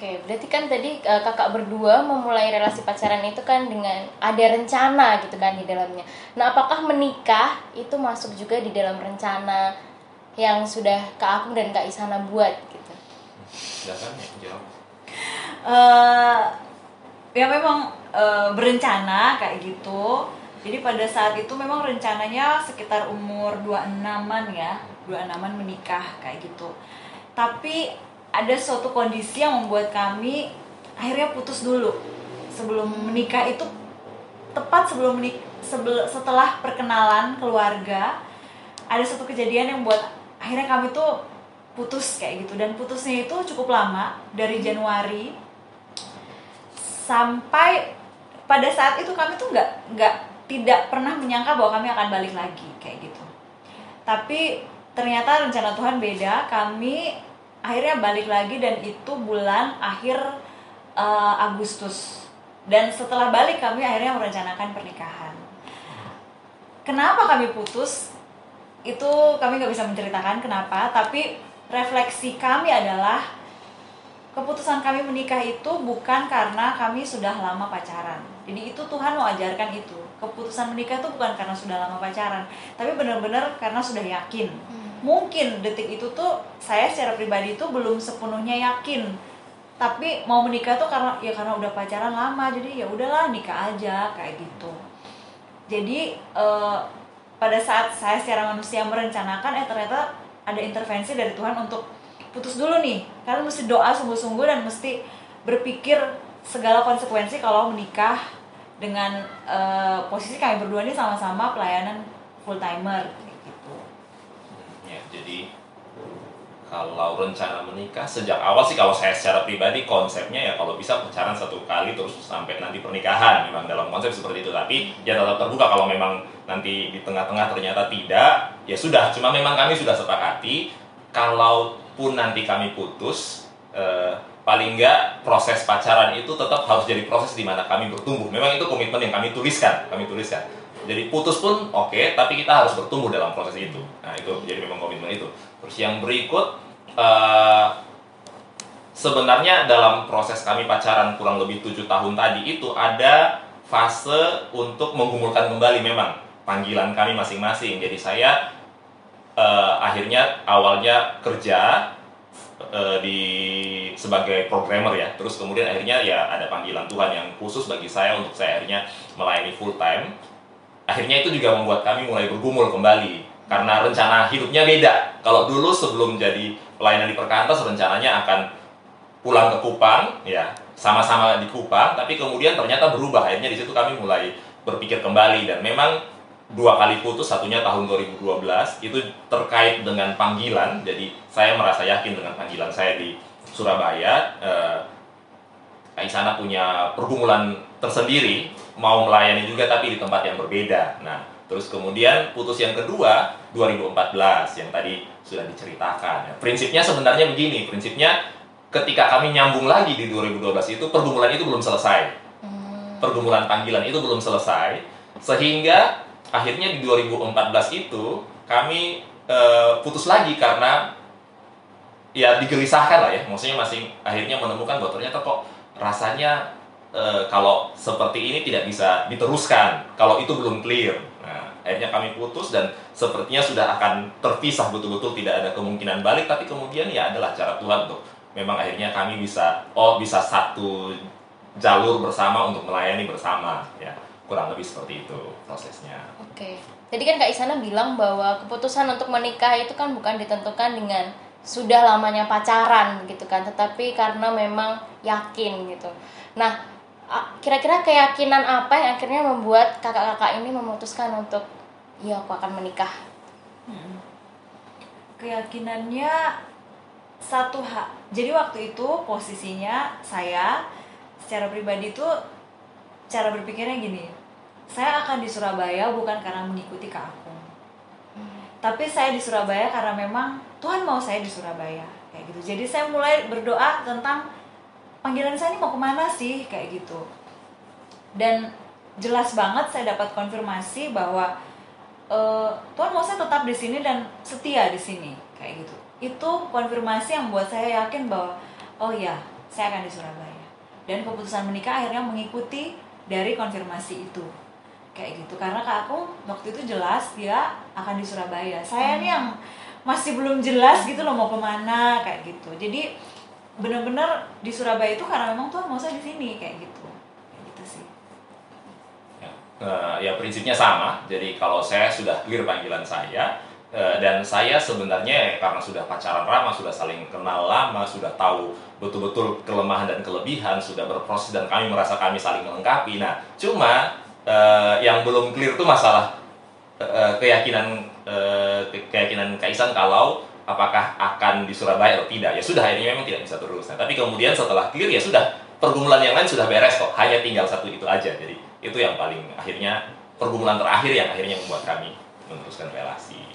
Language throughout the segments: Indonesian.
Oke, berarti kan tadi kakak berdua memulai relasi pacaran itu kan dengan ada rencana gitu kan di dalamnya. Nah, apakah menikah itu masuk juga di dalam rencana yang sudah Kak Akung dan Kak Isana buat gitu? Silakan ya jawab. Ya memang berencana kayak gitu. Jadi pada saat itu memang rencananya sekitar umur 26-an ya, 26-an menikah kayak gitu. Tapi ada suatu kondisi yang membuat kami akhirnya putus dulu sebelum menikah itu, tepat sebelum setelah perkenalan keluarga. Ada satu kejadian yang buat akhirnya kami tuh putus kayak gitu, dan putusnya itu cukup lama, dari Januari sampai pada saat itu kami tuh tidak pernah menyangka bahwa kami akan balik lagi kayak gitu. Tapi ternyata rencana Tuhan beda, kami akhirnya balik lagi, dan itu bulan akhir Agustus. Dan setelah balik kami akhirnya merencanakan pernikahan. Kenapa kami putus? Itu kami gak bisa menceritakan kenapa, tapi refleksi kami adalah keputusan kami menikah itu bukan karena kami sudah lama pacaran. Jadi itu Tuhan mau ajarkan itu. Keputusan menikah itu bukan karena sudah lama pacaran, tapi benar-benar karena sudah yakin. Mungkin detik itu tuh saya secara pribadi itu belum sepenuhnya yakin, tapi mau menikah tuh karena udah pacaran lama, jadi ya udahlah nikah aja kayak gitu. Jadi pada saat saya secara manusia merencanakan, ternyata ada intervensi dari Tuhan untuk putus dulu nih, karena mesti doa sungguh-sungguh dan mesti berpikir segala konsekuensi kalau menikah dengan posisi kami berdua ini sama-sama pelayanan full timer gitu. Ya, jadi kalau rencana menikah sejak awal sih, kalau saya secara pribadi konsepnya ya kalau bisa pacaran 1 kali terus sampai nanti pernikahan, memang dalam konsep seperti itu. Tapi ya tetap terbuka kalau memang nanti di tengah-tengah ternyata tidak, ya sudah. Cuma memang kami sudah sepakati kalaupun nanti kami putus, paling enggak proses pacaran itu tetap harus jadi proses di mana kami bertumbuh. Memang itu komitmen yang kami tuliskan. Jadi putus pun oke, tapi kita harus bertumbuh dalam proses itu. Nah, itu jadi memang komitmen itu. Terus yang berikut, sebenarnya dalam proses kami pacaran kurang lebih 7 tahun tadi itu ada fase untuk menggumulkan kembali memang panggilan kami masing-masing. Jadi saya akhirnya awalnya kerja sebagai programmer ya, terus kemudian akhirnya ya ada panggilan Tuhan yang khusus bagi saya untuk saya akhirnya melayani full time. Akhirnya itu juga membuat kami mulai bergumul kembali karena rencana hidupnya beda. Kalau dulu sebelum jadi pelayanan di Perkantas rencananya akan pulang ke Kupang, ya sama-sama di Kupang, tapi kemudian ternyata berubah. Akhirnya di situ kami mulai berpikir kembali, dan memang 2 kali putus, satunya tahun 2012 itu terkait dengan panggilan. Jadi saya merasa yakin dengan panggilan saya di Surabaya. Kak Isana punya pergumulan tersendiri, mau melayani juga tapi di tempat yang berbeda. Nah, terus kemudian putus yang kedua 2014 yang tadi sudah diceritakan. Prinsipnya sebenarnya begini, prinsipnya ketika kami nyambung lagi di 2012 itu pergumulan itu belum selesai. Pergumulan panggilan itu belum selesai, sehingga akhirnya di 2014 itu kami putus lagi karena ya digelisahkan lah ya. Maksudnya akhirnya menemukan bahwa ternyata kok rasanya kalau seperti ini tidak bisa diteruskan kalau itu belum clear. Nah, akhirnya kami putus dan sepertinya sudah akan terpisah betul-betul, tidak ada kemungkinan balik. Tapi kemudian ya adalah cara Tuhan tuh. Memang akhirnya kami bisa satu jalur bersama untuk melayani bersama ya. Kurang lebih seperti itu prosesnya. Oke. Tadi kan Kak Isana bilang bahwa keputusan untuk menikah itu kan bukan ditentukan dengan sudah lamanya pacaran gitu kan, tetapi karena memang yakin gitu. Nah, kira-kira keyakinan apa yang akhirnya membuat kakak-kakak ini memutuskan untuk ya aku akan menikah? Keyakinannya jadi waktu itu posisinya saya secara pribadi tuh cara berpikirnya gini, saya akan di Surabaya bukan karena mengikuti Kak Akung, tapi saya di Surabaya karena memang Tuhan mau saya di Surabaya kayak gitu. Jadi saya mulai berdoa tentang panggilan saya ini mau kemana sih kayak gitu. Dan jelas banget saya dapat konfirmasi bahwa Tuhan mau saya tetap di sini dan setia di sini kayak gitu. Itu konfirmasi yang buat saya yakin bahwa oh ya, saya akan di Surabaya. Dan keputusan menikah akhirnya mengikuti dari konfirmasi itu. Kayak gitu. Karena Kak Akung waktu itu jelas dia akan di Surabaya. Saya nih yang masih belum jelas gitu loh mau kemana kayak gitu. Jadi benar-benar di Surabaya itu karena memang Tuhan mau saya di sini kayak gitu. Kayak gitu sih. Ya prinsipnya sama. Jadi kalau saya sudah clear panggilan saya, dan saya sebenarnya karena sudah pacaran lama, sudah saling kenal lama, sudah tahu betul-betul kelemahan dan kelebihan, sudah berproses dan kami merasa kami saling melengkapi. Nah, cuma yang belum clear itu masalah keyakinan Kaisan kalau apakah akan di Surabaya atau tidak. Ya sudah, akhirnya memang tidak bisa terus. Nah, tapi kemudian setelah clear ya sudah, pergumulan yang lain sudah beres kok, hanya tinggal satu itu aja. Jadi itu yang paling akhirnya pergumulan terakhir yang akhirnya membuat kami meneruskan relasi.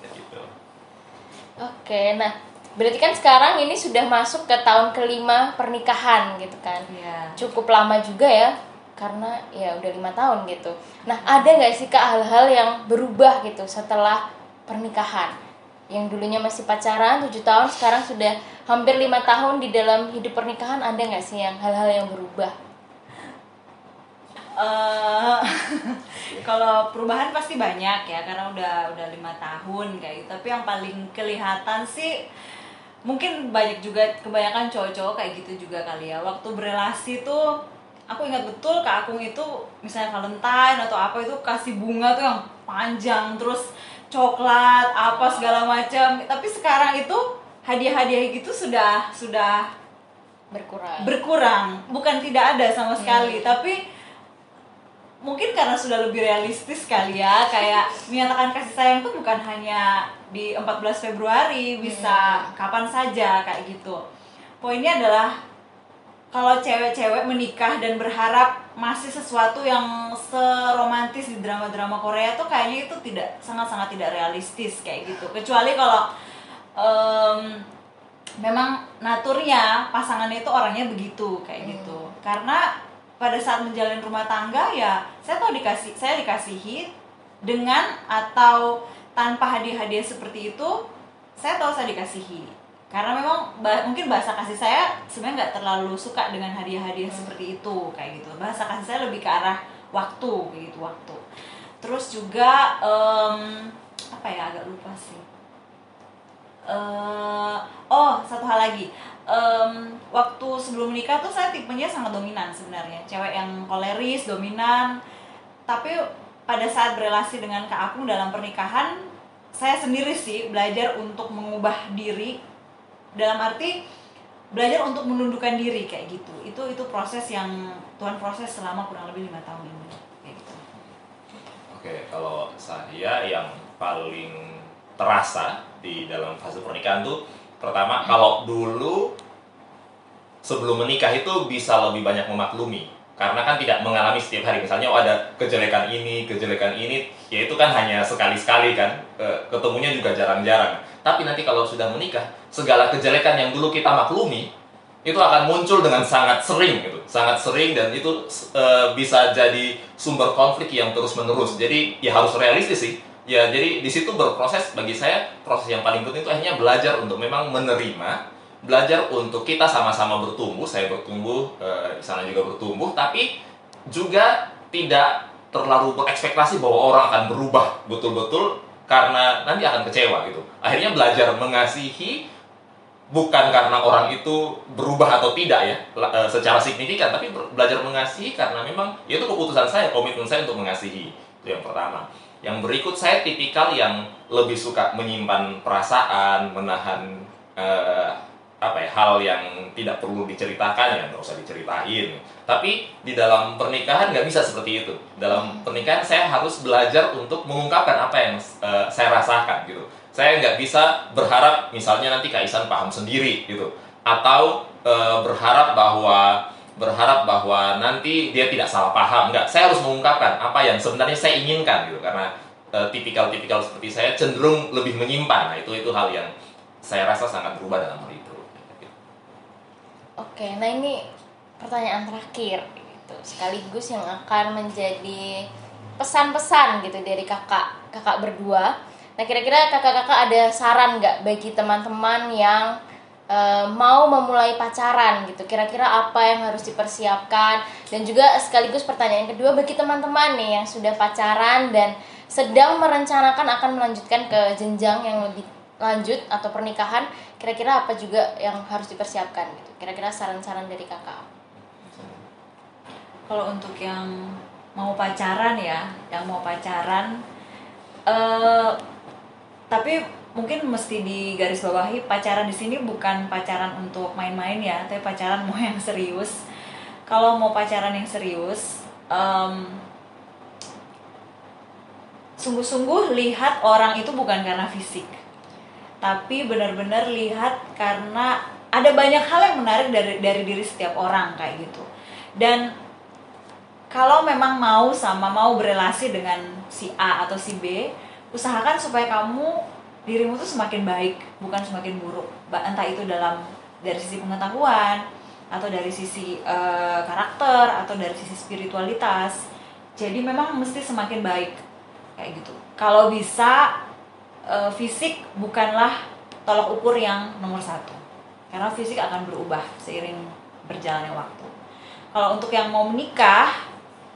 Oke, nah berarti kan sekarang ini sudah masuk ke tahun kelima pernikahan gitu kan? Iya. Cukup lama juga ya, karena ya udah 5 tahun gitu. Nah ada nggak sih Kak hal-hal yang berubah gitu setelah pernikahan? Yang dulunya masih pacaran 7 tahun, sekarang sudah hampir 5 tahun di dalam hidup pernikahan, ada nggak sih yang hal-hal yang berubah? Kalau perubahan pasti banyak ya karena udah 5 tahun kayak gitu. Tapi yang paling kelihatan sih mungkin banyak juga, kebanyakan cowok-cowok kayak gitu juga kali ya. Waktu berelasi tuh aku ingat betul Kak Akung itu misalnya Valentine atau apa itu kasih bunga tuh yang panjang, terus coklat apa segala macam. Tapi sekarang itu hadiah-hadiah gitu sudah berkurang. Bukan tidak ada sama sekali, tapi mungkin karena sudah lebih realistis kali ya, kayak menyatakan kasih sayang itu bukan hanya di 14 Februari, bisa kapan saja kayak gitu. Poinnya adalah kalau cewek-cewek menikah dan berharap masih sesuatu yang seromantis di drama-drama Korea tuh kayaknya itu sangat-sangat tidak realistis kayak gitu. Kecuali kalau memang naturnya pasangannya itu orangnya begitu kayak gitu. Karena pada saat menjalin rumah tangga ya saya dikasihi dengan atau tanpa hadiah-hadiah seperti itu, saya tahu saya dikasihi. Karena memang mungkin bahasa kasih saya sebenarnya nggak terlalu suka dengan hadiah-hadiah seperti itu kayak gitu. Bahasa kasih saya lebih ke arah waktu kayak gitu, waktu. Terus juga apa ya, agak lupa sih. Satu hal lagi. Waktu sebelum menikah tuh saya tipenya sangat dominan sebenarnya, cewek yang koleris, dominan. Tapi pada saat berelasi dengan Kak Akung dalam pernikahan, saya sendiri sih belajar untuk mengubah diri, dalam arti belajar untuk menundukkan diri kayak gitu. Itu proses yang Tuhan proses selama kurang lebih 5 tahun ini kayak gitu. Oke, kalau saya yang paling terasa di dalam fase pernikahan tuh, pertama, kalau dulu sebelum menikah itu bisa lebih banyak memaklumi, karena kan tidak mengalami setiap hari. Misalnya ada kejelekan ini, ya itu kan hanya sekali-sekali kan, ketemunya juga jarang-jarang. Tapi nanti kalau sudah menikah, segala kejelekan yang dulu kita maklumi itu akan muncul dengan sangat sering gitu, sangat sering, dan itu bisa jadi sumber konflik yang terus-menerus. Jadi ya harus realistis sih. Ya, jadi di situ berproses, bagi saya proses yang paling penting itu akhirnya belajar untuk memang menerima, belajar untuk kita sama-sama bertumbuh, saya bertumbuh, di sana juga bertumbuh, tapi juga tidak terlalu berekspektasi bahwa orang akan berubah betul-betul, karena nanti akan kecewa gitu. Akhirnya belajar mengasihi bukan karena orang itu berubah atau tidak ya, secara signifikan, tapi belajar mengasihi karena memang itu keputusan saya, komitmen saya untuk mengasihi. Itu yang pertama. Yang berikut, saya tipikal yang lebih suka menyimpan perasaan, menahan hal yang tidak perlu diceritakan, ya nggak usah diceritain. Tapi di dalam pernikahan nggak bisa seperti itu. Dalam pernikahan saya harus belajar untuk mengungkapkan apa yang saya rasakan gitu. Saya nggak bisa berharap misalnya nanti Kak Isan paham sendiri gitu, atau berharap bahwa nanti dia tidak salah paham. Enggak, saya harus mengungkapkan apa yang sebenarnya saya inginkan gitu, karena tipikal seperti saya cenderung lebih menyimpan. Nah, itu hal yang saya rasa sangat berubah dalam hal itu. Oke, nah ini pertanyaan terakhir gitu, sekaligus yang akan menjadi pesan-pesan gitu dari kakak berdua. Nah, kira-kira kakak-kakak ada saran nggak bagi teman-teman yang mau memulai pacaran gitu, kira-kira apa yang harus dipersiapkan? Dan juga sekaligus pertanyaan kedua bagi teman-teman nih yang sudah pacaran dan sedang merencanakan akan melanjutkan ke jenjang yang lebih lanjut atau pernikahan, kira-kira apa juga yang harus dipersiapkan gitu? Kira-kira saran-saran dari kakak. Kalau untuk yang mau pacaran ya, tapi mungkin mesti digarisbawahi, pacaran di sini bukan pacaran untuk main-main ya, tapi pacaran mau yang serius. Kalau mau pacaran yang serius, sungguh-sungguh lihat orang itu bukan karena fisik, tapi benar-benar lihat karena ada banyak hal yang menarik dari diri setiap orang kayak gitu. Dan kalau memang mau berelasi dengan si A atau si B, usahakan supaya dirimu tuh semakin baik, bukan semakin buruk. Entah itu dari sisi pengetahuan, atau dari sisi karakter, atau dari sisi spiritualitas. Jadi memang mesti semakin baik kayak gitu. Kalau bisa fisik bukanlah tolak ukur yang nomor satu, karena fisik akan berubah seiring berjalannya waktu. Kalau untuk yang mau menikah,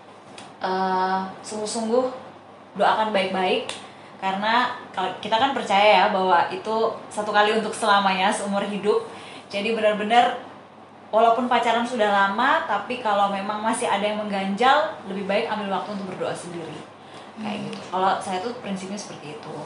sungguh-sungguh doakan baik-baik, karena kita kan percaya ya bahwa itu satu kali untuk selamanya, seumur hidup. Jadi benar-benar walaupun pacaran sudah lama, tapi kalau memang masih ada yang mengganjal, lebih baik ambil waktu untuk berdoa sendiri kayak gitu. Kalau saya tuh prinsipnya seperti itu.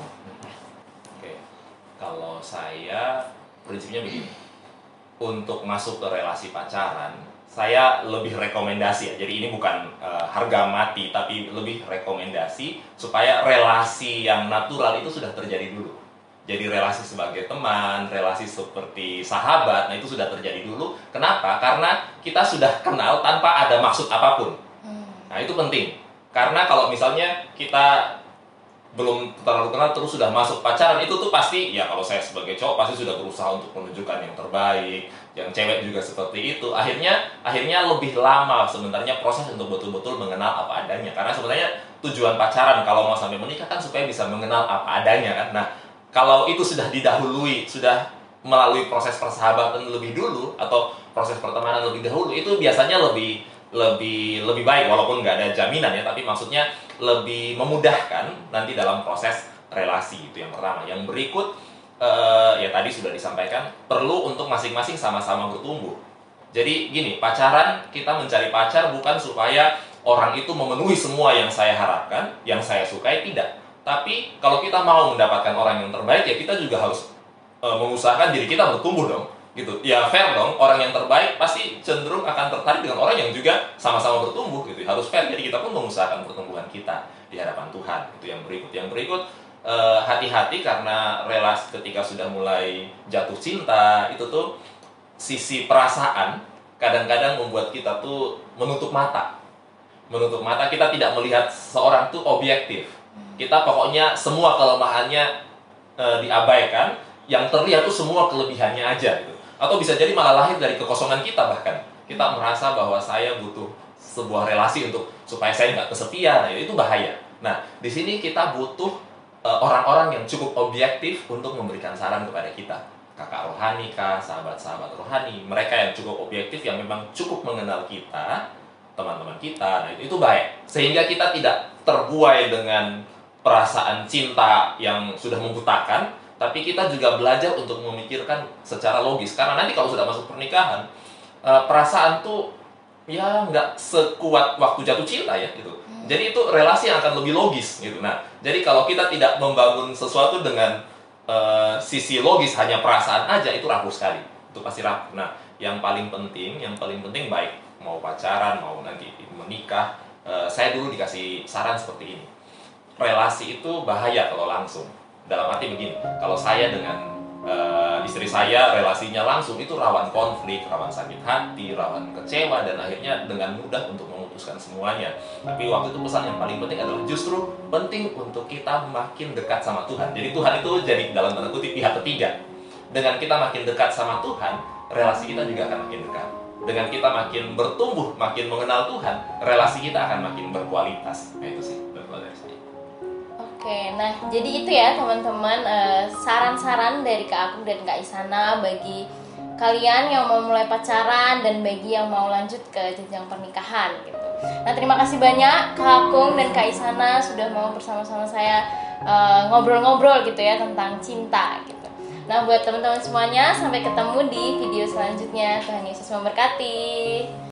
Oke. Kalau saya prinsipnya begini, untuk masuk ke relasi pacaran, saya lebih rekomendasi ya. Jadi ini bukan harga mati, tapi lebih rekomendasi supaya relasi yang natural itu sudah terjadi dulu. Jadi relasi sebagai teman, relasi seperti sahabat, nah itu sudah terjadi dulu. Kenapa? Karena kita sudah kenal tanpa ada maksud apapun. Nah itu penting. Karena kalau misalnya kita belum terlalu kenal terus sudah masuk pacaran, itu tuh pasti ya, kalau saya sebagai cowok pasti sudah berusaha untuk menunjukkan yang terbaik, yang cewek juga seperti itu. Akhirnya lebih lama sebenarnya proses untuk betul-betul mengenal apa adanya. Karena sebenarnya tujuan pacaran kalau mau sampai menikah kan supaya bisa mengenal apa adanya kan. Nah, kalau itu sudah didahului, sudah melalui proses persahabatan lebih dulu atau proses pertemanan lebih dahulu, itu biasanya lebih baik, walaupun nggak ada jaminan ya, tapi maksudnya lebih memudahkan nanti dalam proses relasi. Itu yang pertama. Yang berikut ya tadi sudah disampaikan, perlu untuk masing-masing sama-sama bertumbuh. Jadi gini, pacaran, kita mencari pacar bukan supaya orang itu memenuhi semua yang saya harapkan, yang saya sukai, tidak. Tapi kalau kita mau mendapatkan orang yang terbaik, ya kita juga harus mengusahakan diri kita bertumbuh dong. Gitu ya, fair dong. Orang yang terbaik pasti cenderung akan tertarik dengan orang yang juga sama-sama bertumbuh gitu. Harus fair. Jadi kita pun mengusahakan pertumbuhan kita di hadapan Tuhan. Itu yang berikut hati-hati, karena relasi ketika sudah mulai jatuh cinta itu tuh sisi perasaan kadang-kadang membuat kita tuh menutup mata, kita tidak melihat seorang tuh objektif. Kita pokoknya semua kelemahannya diabaikan, yang terlihat tuh semua kelebihannya aja gitu. Atau bisa jadi malah lahir dari kekosongan kita, bahkan kita merasa bahwa saya butuh sebuah relasi supaya saya nggak kesepian. Nah, itu bahaya. Nah, di sini kita butuh orang-orang yang cukup objektif untuk memberikan saran kepada kita. Kakak rohani kah, sahabat-sahabat rohani, mereka yang cukup objektif, yang memang cukup mengenal kita, teman-teman kita. Nah, itu baik. Sehingga kita tidak terbuai dengan perasaan cinta yang sudah membutakan, tapi kita juga belajar untuk memikirkan secara logis. Karena nanti kalau sudah masuk pernikahan, perasaan tuh ya nggak sekuat waktu jatuh cinta ya gitu. Jadi itu relasi yang akan lebih logis gitu. Nah, jadi kalau kita tidak membangun sesuatu dengan sisi logis, hanya perasaan aja, itu rapuh sekali. Itu pasti rapuh. Nah, yang paling penting baik mau pacaran, mau nanti menikah, saya dulu dikasih saran seperti ini. Relasi itu bahaya kalau langsung. Dalam arti begini, kalau saya dengan istri saya relasinya langsung, itu rawan konflik, rawan sakit hati, rawan kecewa, dan akhirnya dengan mudah untuk memutuskan semuanya. Tapi waktu itu pesan yang paling penting adalah justru penting untuk kita makin dekat sama Tuhan. Jadi Tuhan itu jadi dalam tanda kutip pihak ketiga. Dengan kita makin dekat sama Tuhan, relasi kita juga akan makin dekat. Dengan kita makin bertumbuh, makin mengenal Tuhan, relasi kita akan makin berkualitas. Nah itu sih dari saya. Oke, nah jadi itu ya teman-teman, saran-saran dari Kak Agung dan Kak Isana bagi kalian yang mau mulai pacaran dan bagi yang mau lanjut ke jenjang pernikahan gitu. Nah, terima kasih banyak Kak Akung dan Kak Isana sudah mau bersama-sama saya ngobrol-ngobrol gitu ya tentang cinta gitu. Nah, buat teman-teman semuanya, sampai ketemu di video selanjutnya. Tuhan Yesus memberkati.